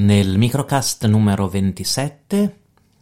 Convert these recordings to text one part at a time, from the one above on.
Nel microcast numero 27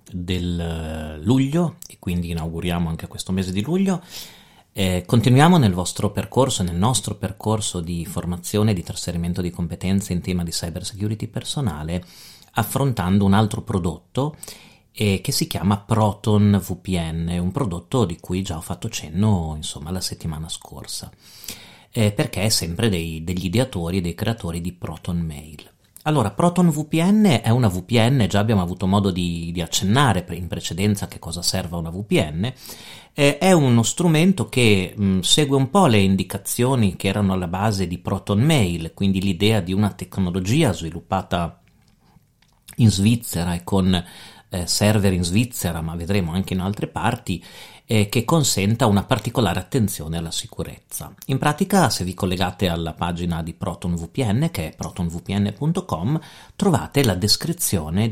del luglio, e quindi inauguriamo anche questo mese di luglio, continuiamo nel vostro percorso, nel nostro percorso di formazione e di trasferimento di competenze in tema di cyber security personale, affrontando un altro prodotto che si chiama Proton VPN, un prodotto di cui già ho fatto cenno la settimana scorsa, perché è sempre degli ideatori e dei creatori di Proton Mail. Allora, Proton VPN è una VPN, già abbiamo avuto modo di accennare in precedenza che cosa serve una VPN. È uno strumento che segue un po' le indicazioni che erano alla base di Proton Mail, quindi l'idea di una tecnologia sviluppata in Svizzera e con server in Svizzera, ma vedremo anche in altre parti, che consenta una particolare attenzione alla sicurezza. In pratica, se vi collegate alla pagina di Proton VPN, che è protonvpn.com, trovate la descrizione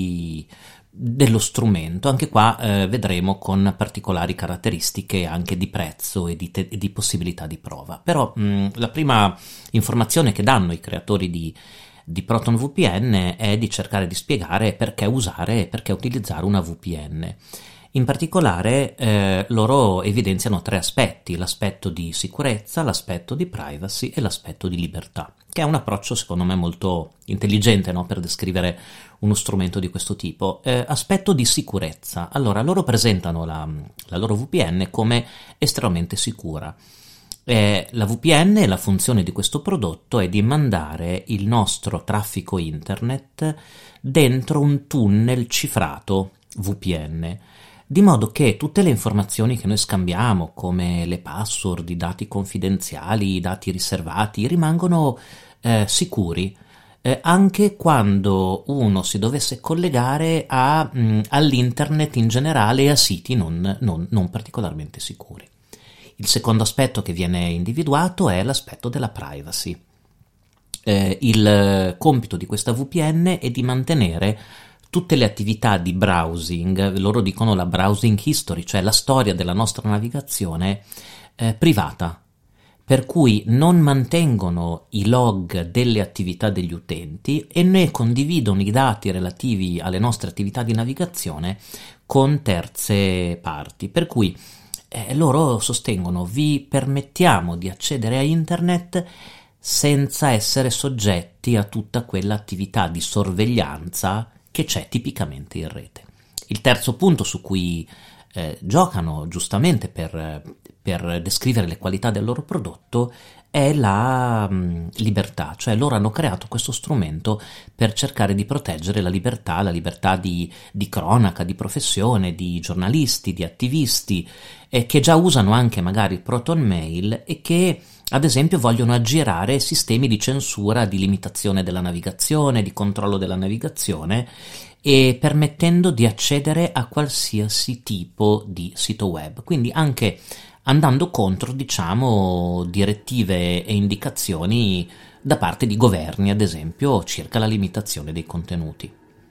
dello strumento. Anche qua vedremo con particolari caratteristiche anche di prezzo e di possibilità di prova. Però la prima informazione che danno i creatori di Proton VPN è di cercare di spiegare perché usare e perché utilizzare una VPN. In particolare loro evidenziano tre aspetti: l'aspetto di sicurezza, l'aspetto di privacy e l'aspetto di libertà, che è un approccio secondo me molto intelligente, no? Per descrivere uno strumento di questo tipo. Aspetto di sicurezza: allora loro presentano la loro VPN come estremamente sicura. La VPN, la funzione di questo prodotto è di mandare il nostro traffico internet dentro un tunnel cifrato VPN, di modo che tutte le informazioni che noi scambiamo, come le password, i dati confidenziali, i dati riservati, rimangono sicuri, anche quando uno si dovesse collegare all'internet in generale e a siti non particolarmente sicuri. Il secondo aspetto che viene individuato è l'aspetto della privacy. Il compito di questa VPN è di mantenere tutte le attività di browsing, loro dicono la browsing history, cioè la storia della nostra navigazione, privata, per cui non mantengono i log delle attività degli utenti e ne condividono i dati relativi alle nostre attività di navigazione con terze parti, per cui loro sostengono: vi permettiamo di accedere a internet senza essere soggetti a tutta quell'attività di sorveglianza che c'è tipicamente in rete. Il terzo punto su cui giocano giustamente per descrivere le qualità del loro prodotto è la libertà, cioè loro hanno creato questo strumento per cercare di proteggere la libertà di cronaca, di professione, di giornalisti, di attivisti, che già usano anche magari Proton Mail e che ad esempio vogliono aggirare sistemi di censura, di limitazione della navigazione, di controllo della navigazione, e permettendo di accedere a qualsiasi tipo di sito web, quindi anche andando contro, direttive e indicazioni da parte di governi, ad esempio, circa la limitazione dei contenuti.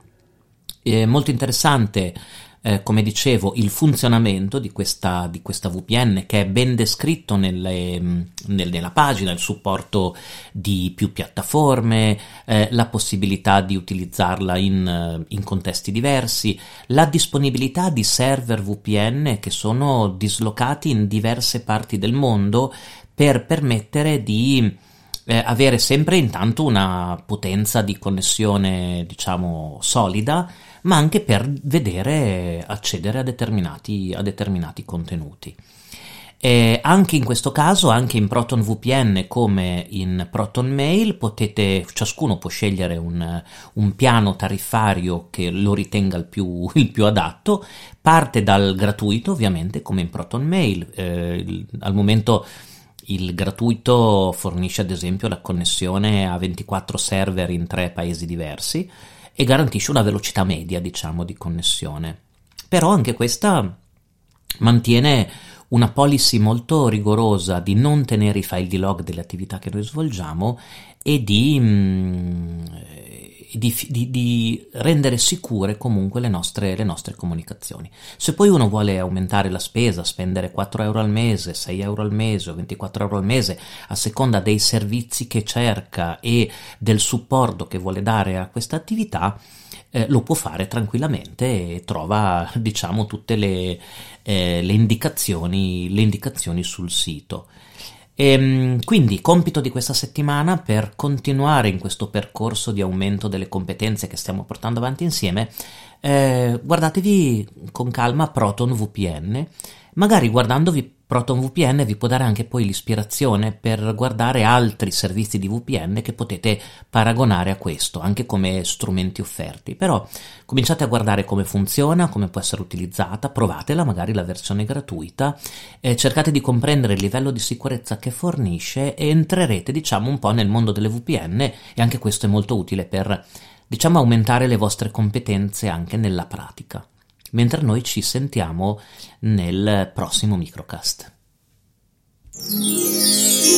È molto interessante, come dicevo, il funzionamento di questa VPN, che è ben descritto nella pagina, il supporto di più piattaforme, la possibilità di utilizzarla in contesti diversi, la disponibilità di server VPN che sono dislocati in diverse parti del mondo per permettere di avere sempre intanto una potenza di connessione solida, ma anche per accedere a determinati contenuti. Anche in questo caso, anche in Proton VPN come in Proton Mail, ciascuno può scegliere un piano tariffario che lo ritenga il più adatto. Parte dal gratuito, ovviamente, come in Proton Mail. Al momento il gratuito fornisce ad esempio la connessione a 24 server in 3 paesi diversi e garantisce una velocità media, di connessione. Però anche questa mantiene una policy molto rigorosa di non tenere i file di log delle attività che noi svolgiamo e di rendere sicure comunque le nostre comunicazioni. Se poi uno vuole aumentare la spesa, spendere 4 euro al mese, 6 euro al mese o 24 euro al mese, a seconda dei servizi che cerca e del supporto che vuole dare a questa attività, lo può fare tranquillamente e trova, diciamo, tutte le indicazioni sul sito. Quindi compito di questa settimana, per continuare in questo percorso di aumento delle competenze che stiamo portando avanti insieme, guardatevi con calma Proton VPN. Magari guardandovi Proton VPN vi può dare anche poi l'ispirazione per guardare altri servizi di VPN che potete paragonare a questo, anche come strumenti offerti. Però cominciate a guardare come funziona, come può essere utilizzata, provatela, magari la versione gratuita, cercate di comprendere il livello di sicurezza che fornisce e entrerete, diciamo, un po' nel mondo delle VPN, e anche questo è molto utile per, diciamo, aumentare le vostre competenze anche nella pratica. Mentre noi ci sentiamo nel prossimo microcast.